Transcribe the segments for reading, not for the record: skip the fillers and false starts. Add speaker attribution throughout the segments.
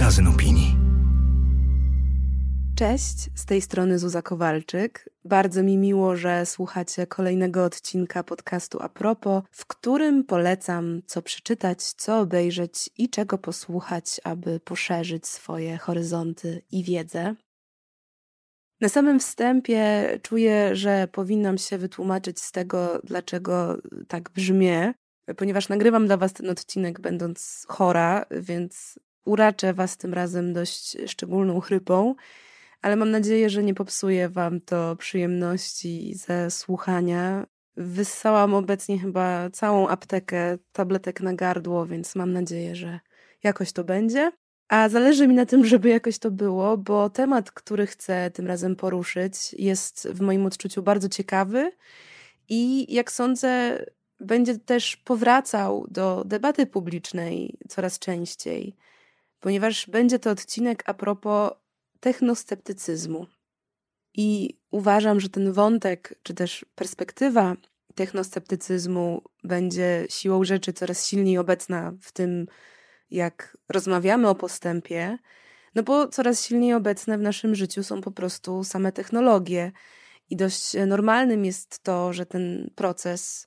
Speaker 1: magazyn opinii.
Speaker 2: Cześć, z tej strony Zuza Kowalczyk. Bardzo mi miło, że słuchacie kolejnego odcinka podcastu A propos, w którym polecam, co przeczytać, co obejrzeć i czego posłuchać, aby poszerzyć swoje horyzonty i wiedzę. Na samym wstępie czuję, że powinnam się wytłumaczyć z tego, dlaczego tak brzmię, ponieważ nagrywam dla Was ten odcinek będąc chora, więc uraczę Was tym razem dość szczególną chrypą, ale mam nadzieję, że nie popsuje Wam to przyjemności ze słuchania. Wyssałam obecnie chyba całą aptekę tabletek na gardło, więc mam nadzieję, że jakoś to będzie. A zależy mi na tym, żeby jakoś to było, bo temat, który chcę tym razem poruszyć, jest w moim odczuciu bardzo ciekawy i jak sądzę, będzie też powracał do debaty publicznej coraz częściej, ponieważ będzie to odcinek a propos technosceptycyzmu. I uważam, że ten wątek, czy też perspektywa technosceptycyzmu będzie siłą rzeczy coraz silniej obecna w tym, jak rozmawiamy o postępie, no bo coraz silniej obecne w naszym życiu są po prostu same technologie i dość normalnym jest to, że ten proces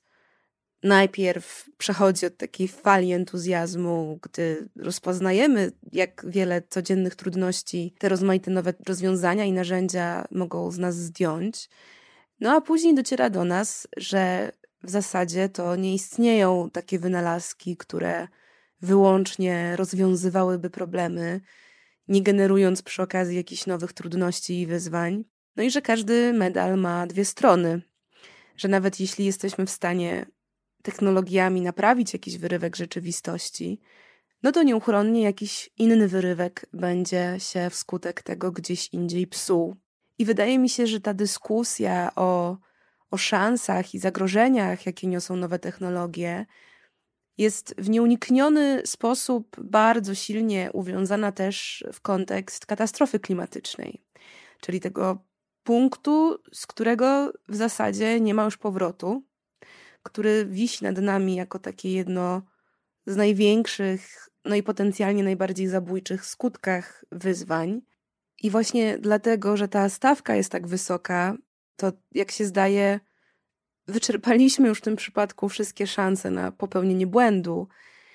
Speaker 2: najpierw przechodzi od takiej fali entuzjazmu, gdy rozpoznajemy, jak wiele codziennych trudności te rozmaite nowe rozwiązania i narzędzia mogą z nas zdjąć, no a później dociera do nas, że w zasadzie to nie istnieją takie wynalazki, które wyłącznie rozwiązywałyby problemy, nie generując przy okazji jakichś nowych trudności i wyzwań. No i że każdy medal ma dwie strony, że nawet jeśli jesteśmy w stanie technologiami naprawić jakiś wyrywek rzeczywistości, no to nieuchronnie jakiś inny wyrywek będzie się wskutek tego gdzieś indziej psuł. I wydaje mi się, że ta dyskusja o szansach i zagrożeniach, jakie niosą nowe technologie, jest w nieunikniony sposób bardzo silnie uwiązana też w kontekst katastrofy klimatycznej, czyli tego punktu, z którego w zasadzie nie ma już powrotu, który wisi nad nami jako takie jedno z największych, no i potencjalnie najbardziej zabójczych skutkach wyzwań. I właśnie dlatego, że ta stawka jest tak wysoka, to jak się zdaje, wyczerpaliśmy już w tym przypadku wszystkie szanse na popełnienie błędu.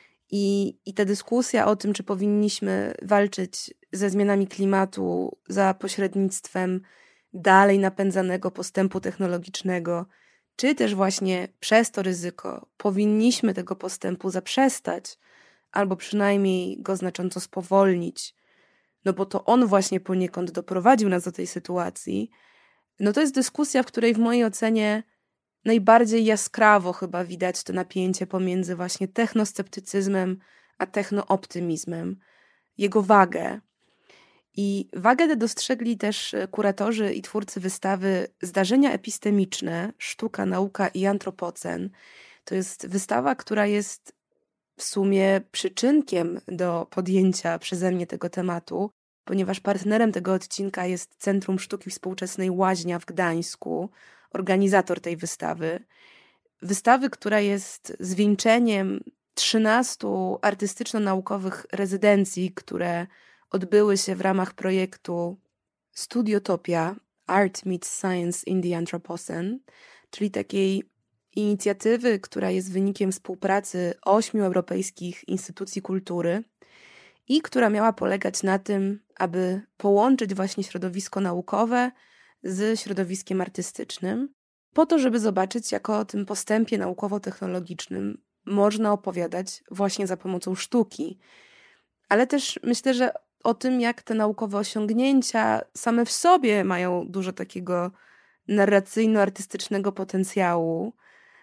Speaker 2: I ta dyskusja o tym, czy powinniśmy walczyć ze zmianami klimatu za pośrednictwem dalej napędzanego postępu technologicznego, czy też właśnie przez to ryzyko powinniśmy tego postępu zaprzestać, albo przynajmniej go znacząco spowolnić, no bo to on właśnie poniekąd doprowadził nas do tej sytuacji, no to jest dyskusja, w której w mojej ocenie najbardziej jaskrawo chyba widać to napięcie pomiędzy właśnie technosceptycyzmem a technooptymizmem, jego wagę. I wagę tę dostrzegli też kuratorzy i twórcy wystawy Zdarzenia epistemiczne, sztuka, nauka i antropocen. To jest wystawa, która jest w sumie przyczynkiem do podjęcia przeze mnie tego tematu, ponieważ partnerem tego odcinka jest Centrum Sztuki Współczesnej Łaźnia w Gdańsku, organizator tej wystawy. Wystawy, która jest zwieńczeniem 13 artystyczno-naukowych rezydencji, które odbyły się w ramach projektu Studiotopia Art Meets Science in the Anthropocene, czyli takiej inicjatywy, która jest wynikiem współpracy 8 europejskich instytucji kultury i która miała polegać na tym, aby połączyć właśnie środowisko naukowe z środowiskiem artystycznym, po to, żeby zobaczyć, jak o tym postępie naukowo-technologicznym można opowiadać właśnie za pomocą sztuki. Ale też myślę, że o tym, jak te naukowe osiągnięcia same w sobie mają dużo takiego narracyjno-artystycznego potencjału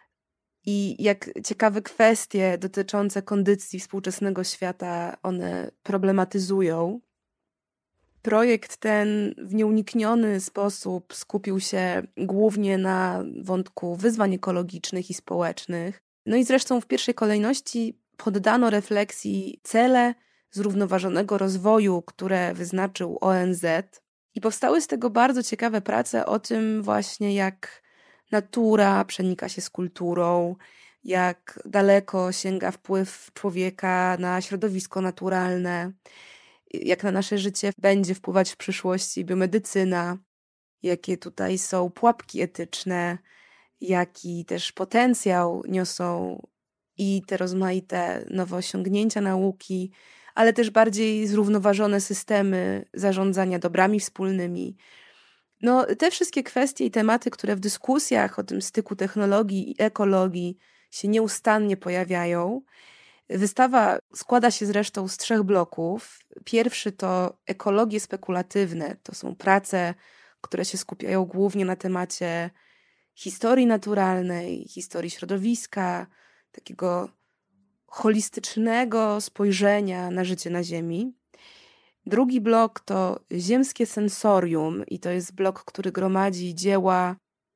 Speaker 2: i jak ciekawe kwestie dotyczące kondycji współczesnego świata one problematyzują. Projekt ten w nieunikniony sposób skupił się głównie na wątku wyzwań ekologicznych i społecznych. No i zresztą w pierwszej kolejności poddano refleksji cele zrównoważonego rozwoju, które wyznaczył ONZ. I powstały z tego bardzo ciekawe prace o tym właśnie, jak natura przenika się z kulturą, jak daleko sięga wpływ człowieka na środowisko naturalne, jak na nasze życie będzie wpływać w przyszłości biomedycyna, jakie tutaj są pułapki etyczne, jaki też potencjał niosą i te rozmaite nowe osiągnięcia nauki, ale też bardziej zrównoważone systemy zarządzania dobrami wspólnymi. No, te wszystkie kwestie i tematy, które w dyskusjach o tym styku technologii i ekologii się nieustannie pojawiają. Wystawa składa się zresztą z 3 bloków. Pierwszy to ekologie spekulatywne. To są prace, które się skupiają głównie na temacie historii naturalnej, historii środowiska, takiego holistycznego spojrzenia na życie na Ziemi. Drugi blok to ziemskie sensorium i to jest blok, który gromadzi dzieła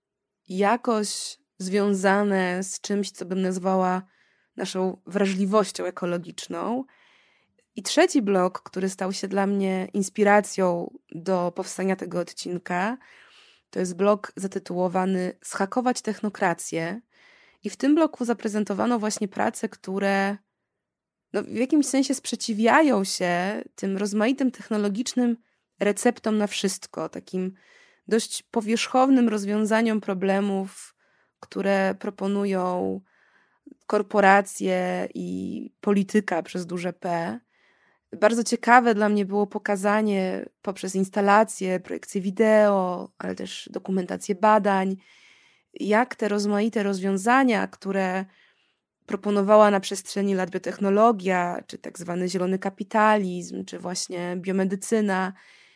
Speaker 2: jakoś związane z czymś, co bym nazwała naszą wrażliwością ekologiczną. I trzeci blok, który stał się dla mnie inspiracją do powstania tego odcinka, to jest blok zatytułowany Zhakować technokrację. I w tym bloku zaprezentowano właśnie prace, które w jakimś sensie sprzeciwiają się tym rozmaitym technologicznym receptom na wszystko, takim dość powierzchownym rozwiązaniom problemów, które proponują korporacje i polityka przez duże P. Bardzo ciekawe dla mnie było pokazanie poprzez instalacje, projekcje wideo, ale też dokumentację badań, jak te rozmaite rozwiązania, które proponowała na przestrzeni lat biotechnologia, czy tak zwany zielony kapitalizm, czy właśnie biomedycyna,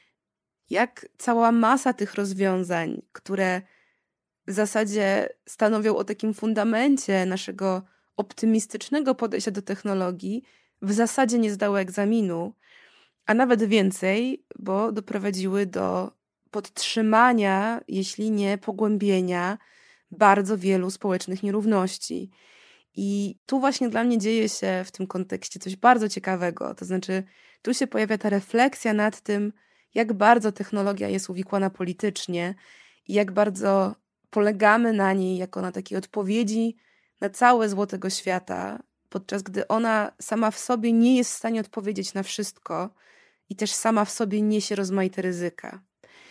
Speaker 2: jak cała masa tych rozwiązań, które w zasadzie stanowią o takim fundamencie naszego optymistycznego podejścia do technologii, w zasadzie nie zdały egzaminu, a nawet więcej, bo doprowadziły do podtrzymania, jeśli nie pogłębienia, bardzo wielu społecznych nierówności. I tu właśnie dla mnie dzieje się w tym kontekście coś bardzo ciekawego. To znaczy, tu się pojawia ta refleksja nad tym, jak bardzo technologia jest uwikłana politycznie i jak bardzo polegamy na niej jako na takiej odpowiedzi na całe zło tego świata, podczas gdy ona sama w sobie nie jest w stanie odpowiedzieć na wszystko i też sama w sobie niesie rozmaite ryzyka.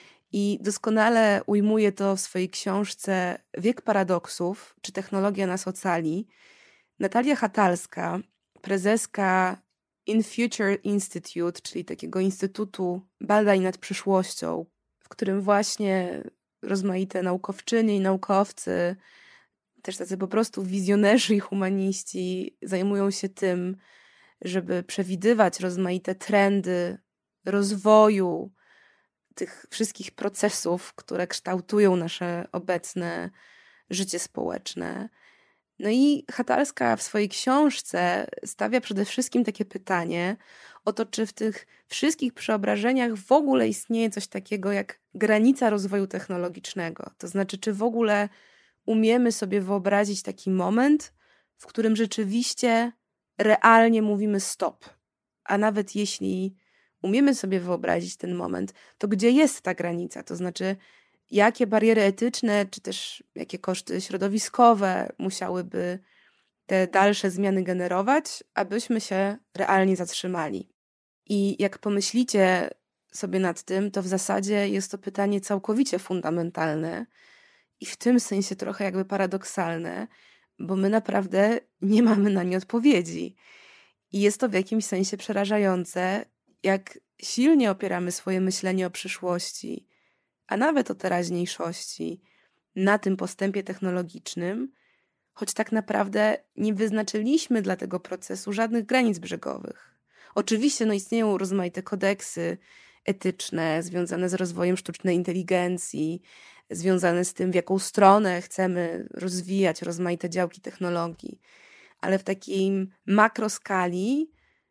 Speaker 2: I doskonale ujmuje to w swojej książce Wiek paradoksów, czy technologia nas ocali, Natalia Hatalska, prezeska In Future Institute, czyli takiego Instytutu Badań nad Przyszłością, w którym właśnie rozmaite naukowczynie i naukowcy, też tacy po prostu wizjonerzy i humaniści zajmują się tym, żeby przewidywać rozmaite trendy rozwoju tych wszystkich procesów, które kształtują nasze obecne życie społeczne. No i Hatalska w swojej książce stawia przede wszystkim takie pytanie o to, czy w tych wszystkich przeobrażeniach w ogóle istnieje coś takiego jak granica rozwoju technologicznego. To znaczy, czy w ogóle umiemy sobie wyobrazić taki moment, w którym rzeczywiście realnie mówimy stop. A nawet jeśli umiemy sobie wyobrazić ten moment, to gdzie jest ta granica? To znaczy, jakie bariery etyczne, czy też jakie koszty środowiskowe musiałyby te dalsze zmiany generować, abyśmy się realnie zatrzymali. I jak pomyślicie sobie nad tym, to w zasadzie jest to pytanie całkowicie fundamentalne i w tym sensie trochę jakby paradoksalne, bo my naprawdę nie mamy na nie odpowiedzi. I jest to w jakimś sensie przerażające, jak silnie opieramy swoje myślenie o przyszłości, a nawet o teraźniejszości, na tym postępie technologicznym, choć tak naprawdę nie wyznaczyliśmy dla tego procesu żadnych granic brzegowych. Oczywiście istnieją rozmaite kodeksy etyczne związane z rozwojem sztucznej inteligencji, związane z tym, w jaką stronę chcemy rozwijać rozmaite działki technologii, ale w takiej makroskali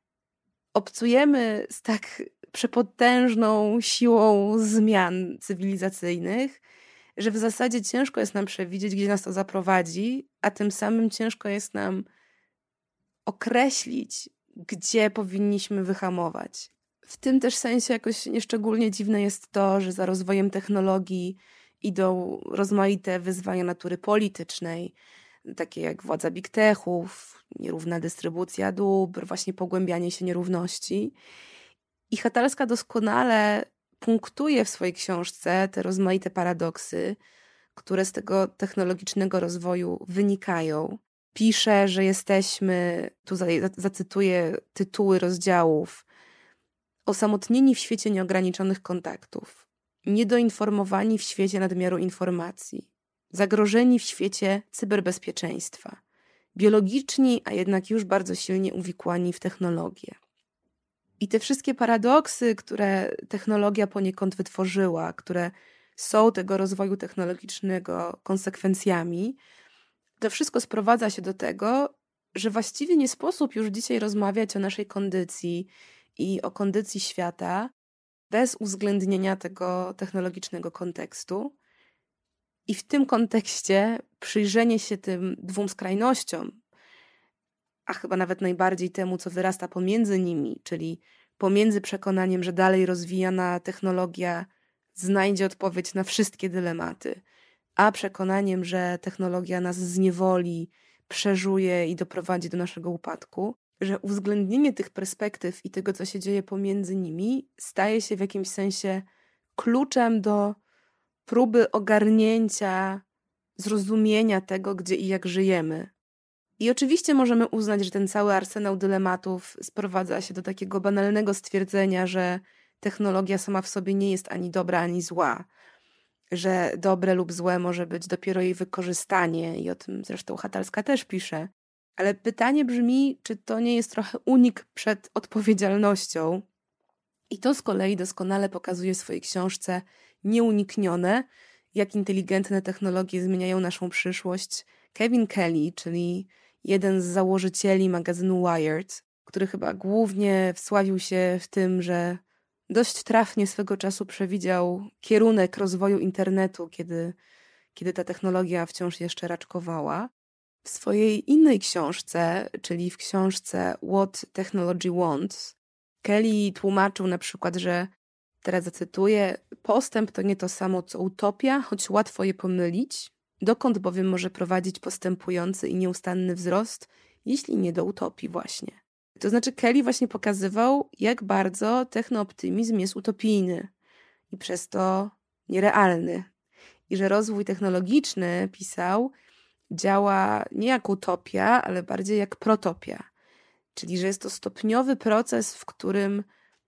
Speaker 2: obcujemy z tak przepotężną siłą zmian cywilizacyjnych, że w zasadzie ciężko jest nam przewidzieć, gdzie nas to zaprowadzi, a tym samym ciężko jest nam określić, gdzie powinniśmy wyhamować. W tym też sensie jakoś nieszczególnie dziwne jest to, że za rozwojem technologii idą rozmaite wyzwania natury politycznej, takie jak władza big techów, nierówna dystrybucja dóbr, właśnie pogłębianie się nierówności. I Hatalska doskonale punktuje w swojej książce te rozmaite paradoksy, które z tego technologicznego rozwoju wynikają. Pisze, że jesteśmy, tu zacytuję tytuły rozdziałów, osamotnieni w świecie nieograniczonych kontaktów, niedoinformowani w świecie nadmiaru informacji, zagrożeni w świecie cyberbezpieczeństwa, biologiczni, a jednak już bardzo silnie uwikłani w technologię. I te wszystkie paradoksy, które technologia poniekąd wytworzyła, które są tego rozwoju technologicznego konsekwencjami, to wszystko sprowadza się do tego, że właściwie nie sposób już dzisiaj rozmawiać o naszej kondycji i o kondycji świata bez uwzględnienia tego technologicznego kontekstu. I w tym kontekście przyjrzenie się tym dwóm skrajnościom, a chyba nawet najbardziej temu, co wyrasta pomiędzy nimi, czyli pomiędzy przekonaniem, że dalej rozwijana technologia znajdzie odpowiedź na wszystkie dylematy, a przekonaniem, że technologia nas zniewoli, przeżuje i doprowadzi do naszego upadku, że uwzględnienie tych perspektyw i tego, co się dzieje pomiędzy nimi, staje się w jakimś sensie kluczem do próby ogarnięcia, zrozumienia tego, gdzie i jak żyjemy. I oczywiście możemy uznać, że ten cały arsenał dylematów sprowadza się do takiego banalnego stwierdzenia, że technologia sama w sobie nie jest ani dobra, ani zła, że dobre lub złe może być dopiero jej wykorzystanie i o tym zresztą Hatalska też pisze. Ale pytanie brzmi, czy to nie jest trochę unik przed odpowiedzialnością? I to z kolei doskonale pokazuje w swojej książce Nieuniknione, jak inteligentne technologie zmieniają naszą przyszłość, Kevin Kelly, czyli jeden z założycieli magazynu Wired, który chyba głównie wsławił się w tym, że dość trafnie swego czasu przewidział kierunek rozwoju internetu, kiedy ta technologia wciąż jeszcze raczkowała. W swojej innej książce, czyli w książce What Technology Wants, Kelly tłumaczył na przykład, że, teraz zacytuję, postęp to nie to samo co utopia, choć łatwo je pomylić, dokąd bowiem może prowadzić postępujący i nieustanny wzrost, jeśli nie do utopii właśnie. To znaczy Kelly właśnie pokazywał, jak bardzo technooptymizm jest utopijny i przez to nierealny. I że rozwój technologiczny, pisał, działa nie jak utopia, ale bardziej jak protopia. Czyli że jest to stopniowy proces, w którym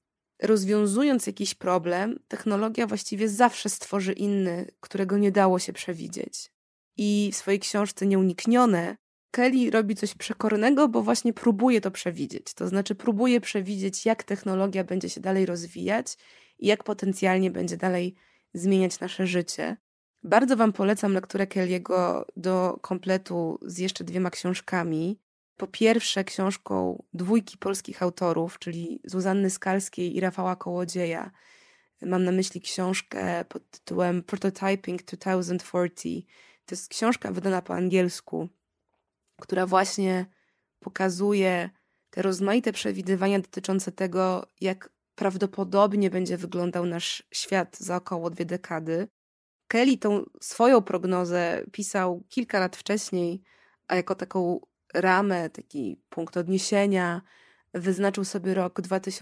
Speaker 2: rozwiązując jakiś problem, technologia właściwie zawsze stworzy inny, którego nie dało się przewidzieć. I w swojej książce Nieuniknione Kelly robi coś przekornego, bo właśnie próbuje to przewidzieć. To znaczy próbuje przewidzieć, jak technologia będzie się dalej rozwijać i jak potencjalnie będzie dalej zmieniać nasze życie. Bardzo wam polecam lekturę Kelly'ego do kompletu z jeszcze 2 książkami. Po pierwsze książką 2 polskich autorów, czyli Zuzanny Skalskiej i Rafała Kołodzieja. Mam na myśli książkę pod tytułem Prototyping 2040. To jest książka wydana po angielsku, która właśnie pokazuje te rozmaite przewidywania dotyczące tego, jak prawdopodobnie będzie wyglądał nasz świat za około 2 dekady. Kelly tą swoją prognozę pisał kilka lat wcześniej, a jako taką ramę, taki punkt odniesienia wyznaczył sobie rok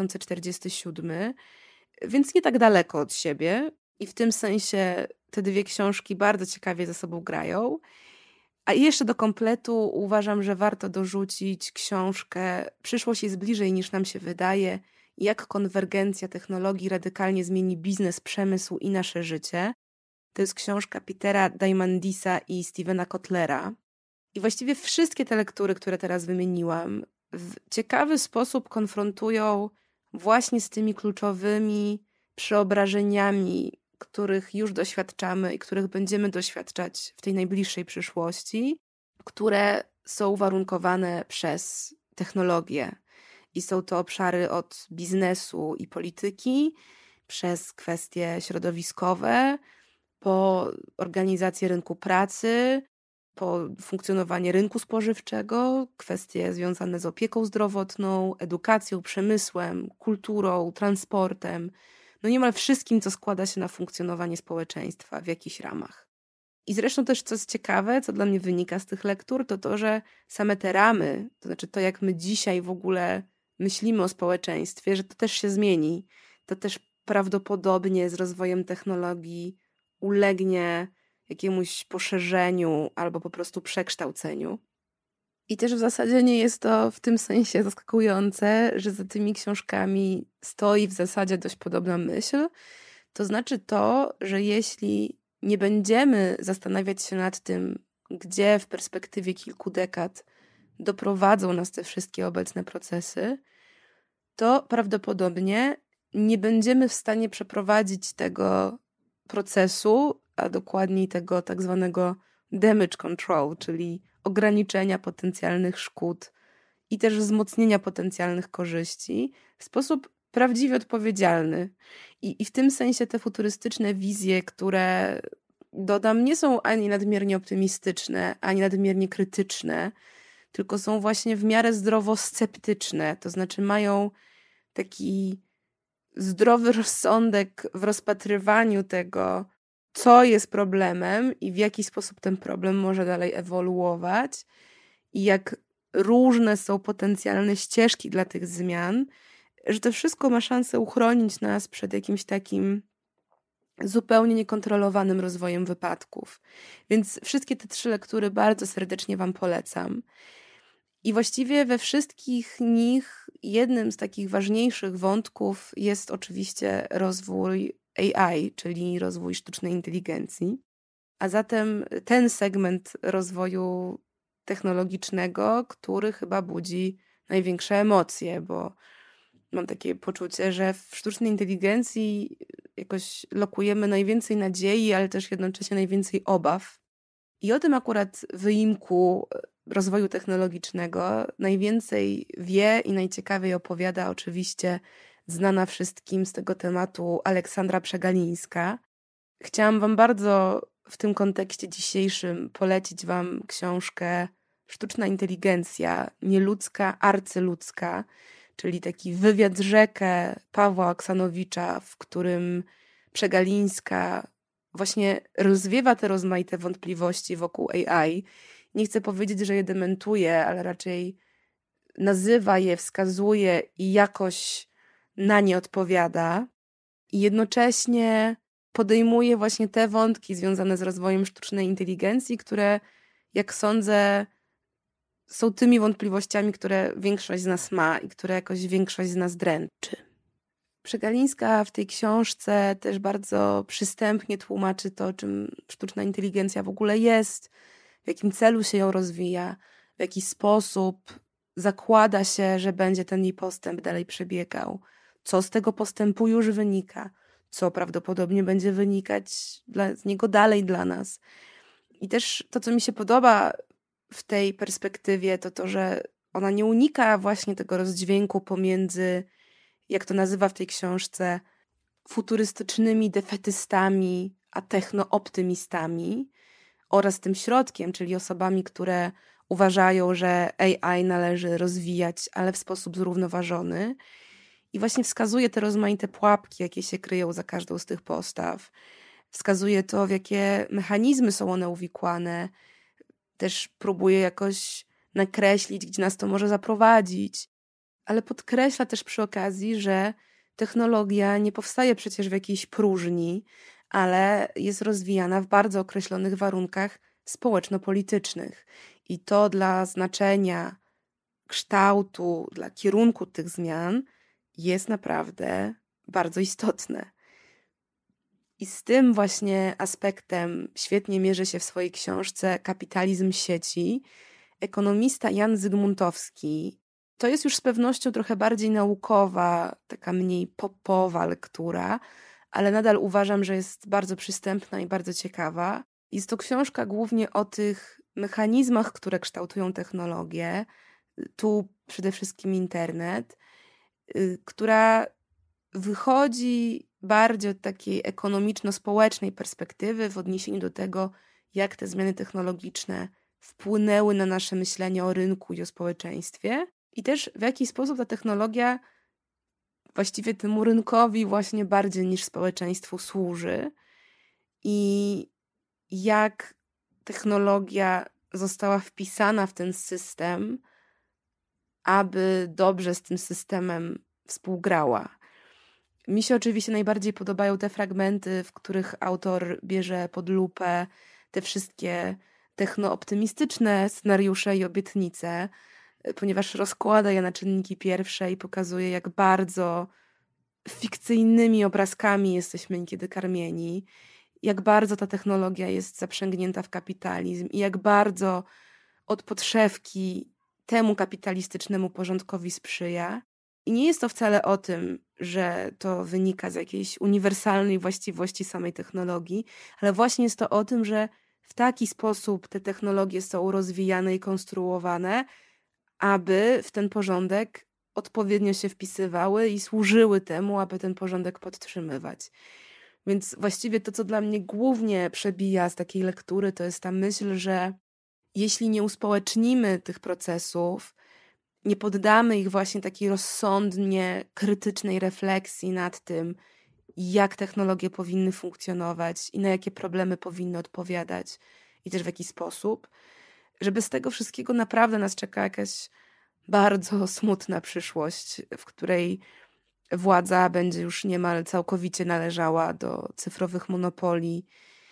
Speaker 2: 2047, więc nie tak daleko od siebie i w tym sensie te 2 książki bardzo ciekawie ze sobą grają. A jeszcze do kompletu uważam, że warto dorzucić książkę Przyszłość jest bliżej niż nam się wydaje, jak konwergencja technologii radykalnie zmieni biznes, przemysł i nasze życie. To jest książka Petera Diamandisa i Stevena Kotlera. I właściwie wszystkie te lektury, które teraz wymieniłam, w ciekawy sposób konfrontują właśnie z tymi kluczowymi przeobrażeniami, których już doświadczamy i których będziemy doświadczać w tej najbliższej przyszłości, które są uwarunkowane przez technologię. I są to obszary od biznesu i polityki, przez kwestie środowiskowe, po organizację rynku pracy, po funkcjonowanie rynku spożywczego, kwestie związane z opieką zdrowotną, edukacją, przemysłem, kulturą, transportem, no niemal wszystkim, co składa się na funkcjonowanie społeczeństwa w jakichś ramach. I zresztą też, co jest ciekawe, co dla mnie wynika z tych lektur, to to, że same te ramy, to znaczy to, jak my dzisiaj w ogóle myślimy o społeczeństwie, że to też się zmieni. To też prawdopodobnie z rozwojem technologii ulegnie jakiemuś poszerzeniu albo po prostu przekształceniu. I też w zasadzie nie jest to w tym sensie zaskakujące, że za tymi książkami stoi w zasadzie dość podobna myśl. To znaczy to, że jeśli nie będziemy zastanawiać się nad tym, gdzie w perspektywie kilku dekad doprowadzą nas te wszystkie obecne procesy, to prawdopodobnie nie będziemy w stanie przeprowadzić tego procesu, a dokładniej tego tak zwanego damage control, czyli ograniczenia potencjalnych szkód i też wzmocnienia potencjalnych korzyści w sposób prawdziwie odpowiedzialny. I w tym sensie te futurystyczne wizje, które dodam, nie są ani nadmiernie optymistyczne, ani nadmiernie krytyczne, tylko są właśnie w miarę zdrowo sceptyczne, to znaczy mają taki zdrowy rozsądek w rozpatrywaniu tego, co jest problemem i w jaki sposób ten problem może dalej ewoluować i jak różne są potencjalne ścieżki dla tych zmian, że to wszystko ma szansę uchronić nas przed jakimś takim zupełnie niekontrolowanym rozwojem wypadków. Więc wszystkie te 3 lektury bardzo serdecznie Wam polecam. I właściwie we wszystkich nich jednym z takich ważniejszych wątków jest oczywiście rozwój AI, czyli rozwój sztucznej inteligencji. A zatem ten segment rozwoju technologicznego, który chyba budzi największe emocje, bo mam takie poczucie, że w sztucznej inteligencji jakoś lokujemy najwięcej nadziei, ale też jednocześnie najwięcej obaw. I o tym akurat wyimku rozwoju technologicznego najwięcej wie i najciekawiej opowiada oczywiście znana wszystkim z tego tematu Aleksandra Przegalińska. Chciałam Wam bardzo w tym kontekście dzisiejszym polecić Wam książkę Sztuczna inteligencja, nieludzka, arcyludzka, czyli taki wywiad rzekę Pawła Oksanowicza, w którym Przegalińska właśnie rozwiewa te rozmaite wątpliwości wokół AI. Nie chcę powiedzieć, że je dementuje, ale raczej nazywa je, wskazuje i jakoś na nie odpowiada. I jednocześnie podejmuje właśnie te wątki związane z rozwojem sztucznej inteligencji, które, jak sądzę, są tymi wątpliwościami, które większość z nas ma i które jakoś większość z nas dręczy. Przegalińska w tej książce też bardzo przystępnie tłumaczy to, czym sztuczna inteligencja w ogóle jest, w jakim celu się ją rozwija, w jaki sposób zakłada się, że będzie ten jej postęp dalej przebiegał, co z tego postępu już wynika, co prawdopodobnie będzie wynikać z niego dalej dla nas. I też to, co mi się podoba w tej perspektywie, to to, że ona nie unika właśnie tego rozdźwięku pomiędzy, jak to nazywa w tej książce, futurystycznymi defetystami a technooptymistami oraz tym środkiem, czyli osobami, które uważają, że AI należy rozwijać, ale w sposób zrównoważony. I właśnie wskazuje te rozmaite pułapki, jakie się kryją za każdą z tych postaw. Wskazuje to, w jakie mechanizmy są one uwikłane. Też próbuje jakoś nakreślić, gdzie nas to może zaprowadzić. Ale podkreśla też przy okazji, że technologia nie powstaje przecież w jakiejś próżni, ale jest rozwijana w bardzo określonych warunkach społeczno-politycznych. I to dla znaczenia, kształtu, dla kierunku tych zmian jest naprawdę bardzo istotne. I z tym właśnie aspektem świetnie mierzy się w swojej książce Kapitalizm sieci ekonomista Jan Zygmuntowski. To jest już z pewnością trochę bardziej naukowa, taka mniej popowa lektura, ale nadal uważam, że jest bardzo przystępna i bardzo ciekawa. Jest to książka głównie o tych mechanizmach, które kształtują technologię, tu przede wszystkim internet, która wychodzi bardziej od takiej ekonomiczno-społecznej perspektywy w odniesieniu do tego, jak te zmiany technologiczne wpłynęły na nasze myślenie o rynku i o społeczeństwie i też w jaki sposób ta technologia właściwie temu rynkowi właśnie bardziej niż społeczeństwu służy i jak technologia została wpisana w ten system, aby dobrze z tym systemem współgrała. Mi się oczywiście najbardziej podobają te fragmenty, w których autor bierze pod lupę te wszystkie technooptymistyczne scenariusze i obietnice, ponieważ rozkłada je na czynniki pierwsze i pokazuje, jak bardzo fikcyjnymi obrazkami jesteśmy niekiedy karmieni, jak bardzo ta technologia jest zaprzęgnięta w kapitalizm i jak bardzo od podszewki temu kapitalistycznemu porządkowi sprzyja. I nie jest to wcale o tym, że to wynika z jakiejś uniwersalnej właściwości samej technologii, ale właśnie jest to o tym, że w taki sposób te technologie są rozwijane i konstruowane, aby w ten porządek odpowiednio się wpisywały i służyły temu, aby ten porządek podtrzymywać. Więc właściwie to, co dla mnie głównie przebija z takiej lektury, to jest ta myśl, że jeśli nie uspołecznimy tych procesów, nie poddamy ich właśnie takiej rozsądnie krytycznej refleksji nad tym, jak technologie powinny funkcjonować i na jakie problemy powinny odpowiadać i też w jaki sposób, że bez tego wszystkiego naprawdę nas czeka jakaś bardzo smutna przyszłość, w której władza będzie już niemal całkowicie należała do cyfrowych monopolii,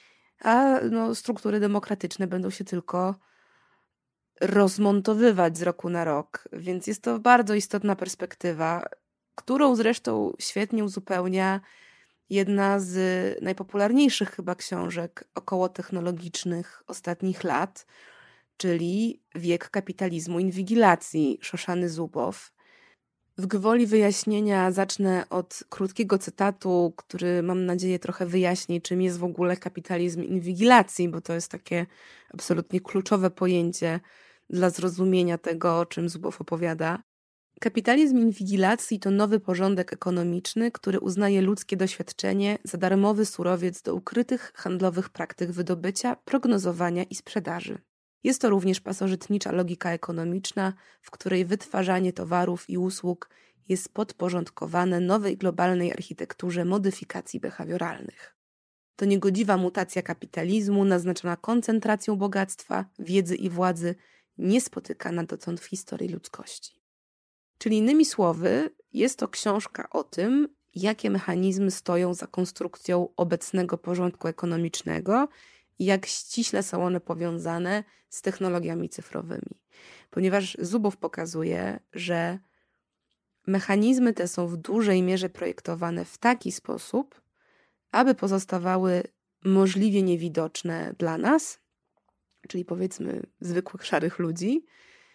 Speaker 2: a struktury demokratyczne będą się tylko rozmontowywać z roku na rok. Więc jest to bardzo istotna perspektywa, którą zresztą świetnie uzupełnia jedna z najpopularniejszych chyba książek okołotechnologicznych ostatnich lat, czyli Wiek kapitalizmu inwigilacji Szoszany Zubow. W gwoli wyjaśnienia zacznę od krótkiego cytatu, który mam nadzieję trochę wyjaśni, czym jest w ogóle kapitalizm inwigilacji, bo to jest takie absolutnie kluczowe pojęcie dla zrozumienia tego, o czym Zubow opowiada. Kapitalizm inwigilacji to nowy porządek ekonomiczny, który uznaje ludzkie doświadczenie za darmowy surowiec do ukrytych handlowych praktyk wydobycia, prognozowania i sprzedaży. Jest to również pasożytnicza logika ekonomiczna, w której wytwarzanie towarów i usług jest podporządkowane nowej globalnej architekturze modyfikacji behawioralnych. To niegodziwa mutacja kapitalizmu naznaczona koncentracją bogactwa, wiedzy i władzy, niespotykana dotąd w historii ludzkości. Czyli innymi słowy, jest to książka o tym, jakie mechanizmy stoją za konstrukcją obecnego porządku ekonomicznego i jak ściśle są one powiązane z technologiami cyfrowymi. Ponieważ Zubow pokazuje, że mechanizmy te są w dużej mierze projektowane w taki sposób, aby pozostawały możliwie niewidoczne dla nas, czyli powiedzmy zwykłych szarych ludzi,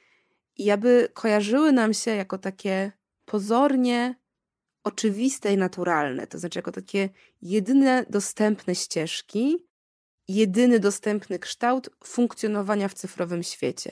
Speaker 2: i aby kojarzyły nam się jako takie pozornie oczywiste i naturalne, to znaczy jako takie jedyne dostępne ścieżki, jedyny dostępny kształt funkcjonowania w cyfrowym świecie.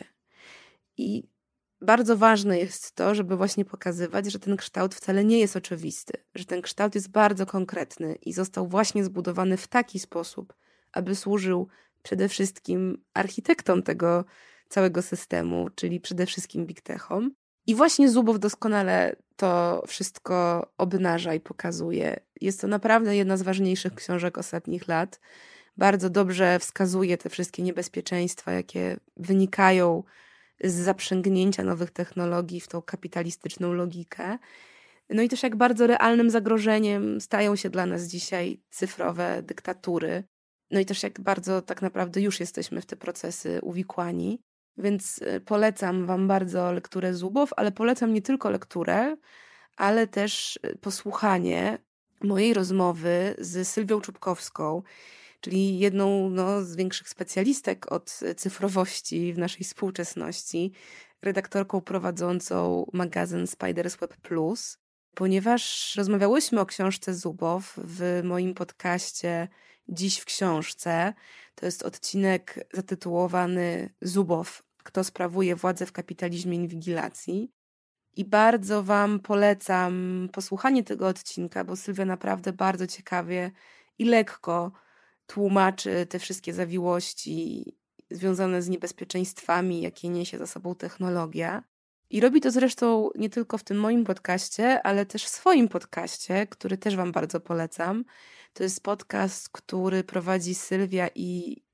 Speaker 2: I bardzo ważne jest to, żeby właśnie pokazywać, że ten kształt wcale nie jest oczywisty, że ten kształt jest bardzo konkretny i został właśnie zbudowany w taki sposób, aby służył przede wszystkim architektom tego całego systemu, czyli przede wszystkim big techom. I właśnie Zubow doskonale to wszystko obnaża i pokazuje. Jest to naprawdę jedna z ważniejszych książek ostatnich lat. Bardzo dobrze wskazuje te wszystkie niebezpieczeństwa, jakie wynikają z zaprzęgnięcia nowych technologii w tą kapitalistyczną logikę. No i też jak bardzo realnym zagrożeniem stają się dla nas dzisiaj cyfrowe dyktatury. No i też jak bardzo tak naprawdę już jesteśmy w te procesy uwikłani. Więc polecam wam bardzo lekturę Zubow, ale polecam nie tylko lekturę, ale też posłuchanie mojej rozmowy z Sylwią Czubkowską, czyli jedną z większych specjalistek od cyfrowości w naszej współczesności, redaktorką prowadzącą magazyn Spiders Web Plus, ponieważ rozmawiałyśmy o książce Zubow w moim podcaście Dziś w książce. To jest odcinek zatytułowany Zubow, kto sprawuje władzę w kapitalizmie inwigilacji. I bardzo wam polecam posłuchanie tego odcinka, bo Sylwia naprawdę bardzo ciekawie i lekko tłumaczy te wszystkie zawiłości związane z niebezpieczeństwami, jakie niesie za sobą technologia. I robi to zresztą nie tylko w tym moim podcaście, ale też w swoim podcaście, który też wam bardzo polecam. To jest podcast, który prowadzi Sylwia i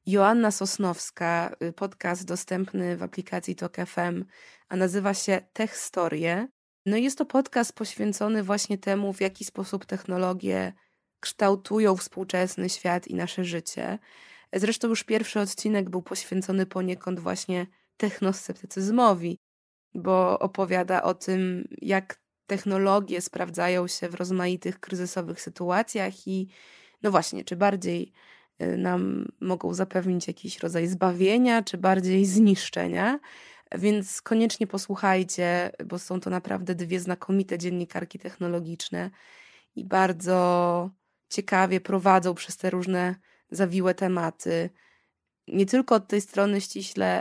Speaker 2: Joanna Sosnowska, podcast dostępny w aplikacji Tok FM, a nazywa się Techstorie. No i jest to podcast poświęcony właśnie temu, w jaki sposób technologie kształtują współczesny świat i nasze życie. Zresztą już pierwszy odcinek był poświęcony poniekąd właśnie technosceptycyzmowi, bo opowiada o tym, jak technologie sprawdzają się w rozmaitych kryzysowych sytuacjach i no właśnie, czy bardziej nam mogą zapewnić jakiś rodzaj zbawienia, czy bardziej zniszczenia. Więc koniecznie posłuchajcie, bo są to naprawdę dwie znakomite dziennikarki technologiczne i bardzo ciekawie prowadzą przez te różne zawiłe tematy. Nie tylko od tej strony ściśle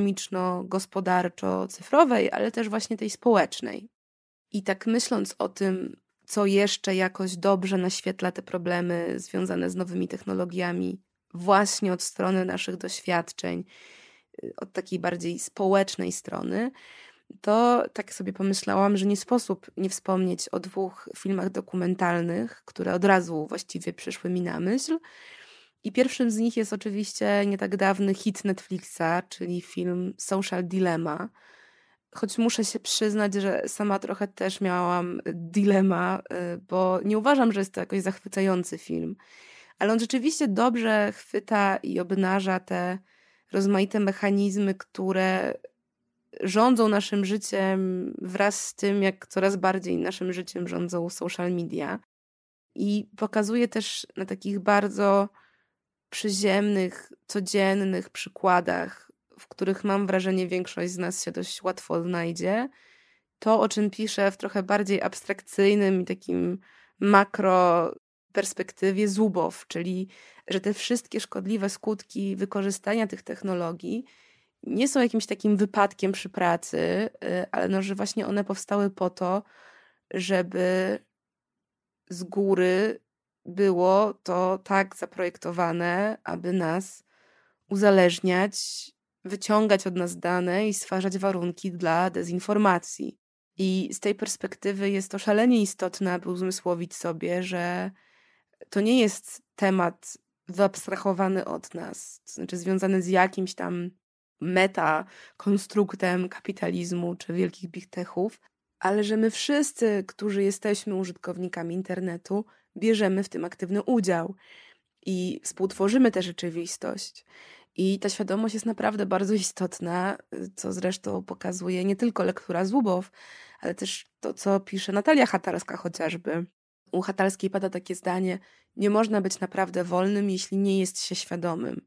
Speaker 2: ekonomiczno-gospodarczo-cyfrowej, ale też właśnie tej społecznej. I tak myśląc o tym, co jeszcze jakoś dobrze naświetla te problemy związane z nowymi technologiami, właśnie od strony naszych doświadczeń, od takiej bardziej społecznej strony, to tak sobie pomyślałam, że nie sposób nie wspomnieć o 2 filmach dokumentalnych, które od razu właściwie przyszły mi na myśl. I pierwszym z nich jest oczywiście nie tak dawny hit Netflixa, czyli film Social Dilemma. Choć muszę się przyznać, że sama trochę też miałam dilema, bo nie uważam, że jest to jakoś zachwycający film. Ale on rzeczywiście dobrze chwyta i obnaża te rozmaite mechanizmy, które rządzą naszym życiem wraz z tym, jak coraz bardziej naszym życiem rządzą social media. I pokazuje też na takich bardzo przyziemnych, codziennych przykładach, w których mam wrażenie większość z nas się dość łatwo znajdzie, to, o czym piszę w trochę bardziej abstrakcyjnym i takim makro perspektywie Zubow, czyli że te wszystkie szkodliwe skutki wykorzystania tych technologii nie są jakimś takim wypadkiem przy pracy, ale no, że właśnie one powstały po to, żeby z góry było to tak zaprojektowane, aby nas uzależniać, wyciągać od nas dane i stwarzać warunki dla dezinformacji. I z tej perspektywy jest to szalenie istotne, aby uzmysłowić sobie, że to nie jest temat wyabstrahowany od nas, to znaczy związany z jakimś tam metakonstruktem kapitalizmu czy wielkich big techów, ale że my wszyscy, którzy jesteśmy użytkownikami internetu, bierzemy w tym aktywny udział i współtworzymy tę rzeczywistość. I ta świadomość jest naprawdę bardzo istotna, co zresztą pokazuje nie tylko lektura Zubow, ale też to, co pisze Natalia Hatalska chociażby. U Hatalskiej pada takie zdanie: nie można być naprawdę wolnym, jeśli nie jest się świadomym.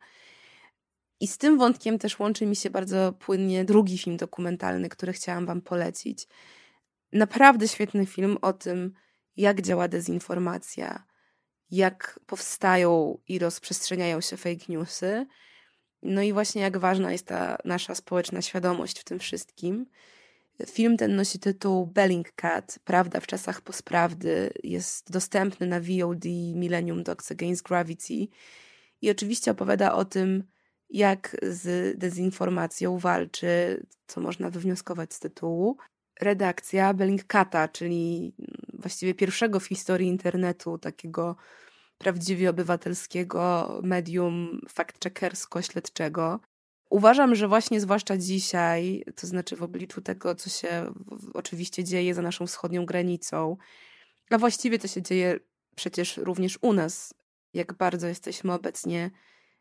Speaker 2: I z tym wątkiem też łączy mi się bardzo płynnie drugi film dokumentalny, który chciałam wam polecić. Naprawdę świetny film o tym, jak działa dezinformacja, jak powstają i rozprzestrzeniają się fake newsy, no i właśnie jak ważna jest ta nasza społeczna świadomość w tym wszystkim. Film ten nosi tytuł Bellingcat, Prawda w czasach postprawdy. Jest dostępny na VOD Millennium Dogs Against Gravity i oczywiście opowiada o tym, jak z dezinformacją walczy, co można wywnioskować z tytułu, redakcja Bellingcata, czyli właściwie pierwszego w historii internetu takiego prawdziwie obywatelskiego medium fact-checkersko-śledczego. Uważam, że właśnie zwłaszcza dzisiaj, to znaczy w obliczu tego, co się oczywiście dzieje za naszą wschodnią granicą, a właściwie to się dzieje przecież również u nas, jak bardzo jesteśmy obecnie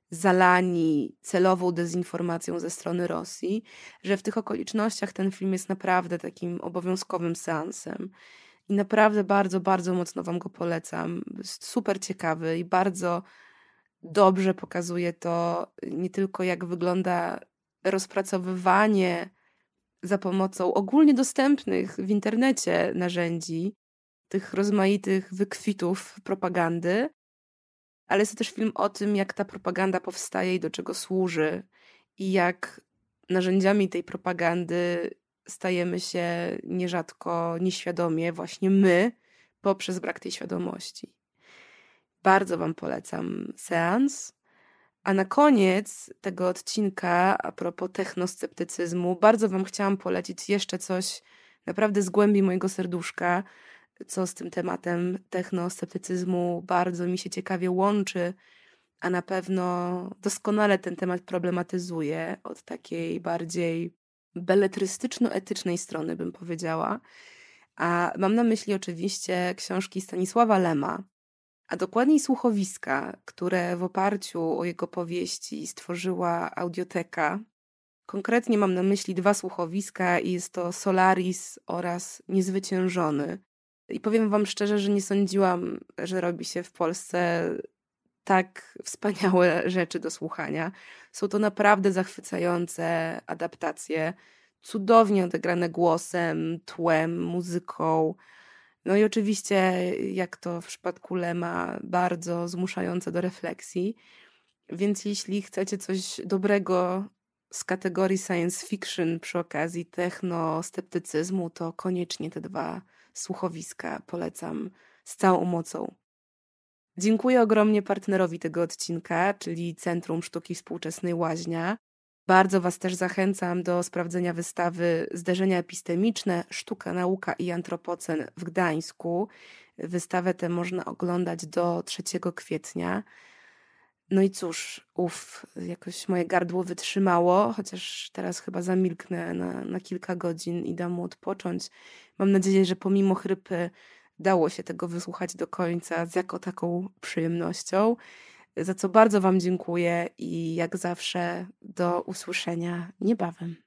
Speaker 2: zalani celową dezinformacją ze strony Rosji, że w tych okolicznościach ten film jest naprawdę takim obowiązkowym seansem. I naprawdę bardzo, bardzo mocno wam go polecam. Jest super ciekawy i bardzo dobrze pokazuje to nie tylko, jak wygląda rozpracowywanie za pomocą ogólnie dostępnych w internecie narzędzi, tych rozmaitych wykwitów propagandy, ale jest to też film o tym, jak ta propaganda powstaje i do czego służy i jak narzędziami tej propagandy stajemy się nierzadko nieświadomie właśnie my poprzez brak tej świadomości. Bardzo wam polecam seans. A na koniec tego odcinka, a propos technosceptycyzmu, bardzo wam chciałam polecić jeszcze coś naprawdę z głębi mojego serduszka, co z tym tematem technosceptycyzmu bardzo mi się ciekawie łączy a na pewno doskonale ten temat problematyzuje od takiej bardziej beletrystyczno-etycznej strony, bym powiedziała. A mam na myśli oczywiście książki Stanisława Lema, a dokładniej słuchowiska, które w oparciu o jego powieści stworzyła Audioteka. Konkretnie mam na myśli 2 słuchowiska i jest to Solaris oraz Niezwyciężony. I powiem wam szczerze, że nie sądziłam, że robi się w Polsce tak wspaniałe rzeczy do słuchania. Są to naprawdę zachwycające adaptacje, cudownie odegrane głosem, tłem, muzyką. No i oczywiście, jak to w przypadku Lema, bardzo zmuszające do refleksji. Więc jeśli chcecie coś dobrego z kategorii science fiction przy okazji technosceptycyzmu, to koniecznie te 2 słuchowiska polecam z całą mocą. Dziękuję ogromnie partnerowi tego odcinka, czyli Centrum Sztuki Współczesnej Łaźnia. Bardzo Was też zachęcam do sprawdzenia wystawy Zderzenia epistemiczne, sztuka, nauka i antropocen w Gdańsku. Wystawę tę można oglądać do 3 kwietnia. No i cóż, jakoś moje gardło wytrzymało, chociaż teraz chyba zamilknę na kilka godzin i dam mu odpocząć. Mam nadzieję, że pomimo chrypy dało się tego wysłuchać do końca z jako taką przyjemnością, za co bardzo Wam dziękuję i jak zawsze do usłyszenia niebawem.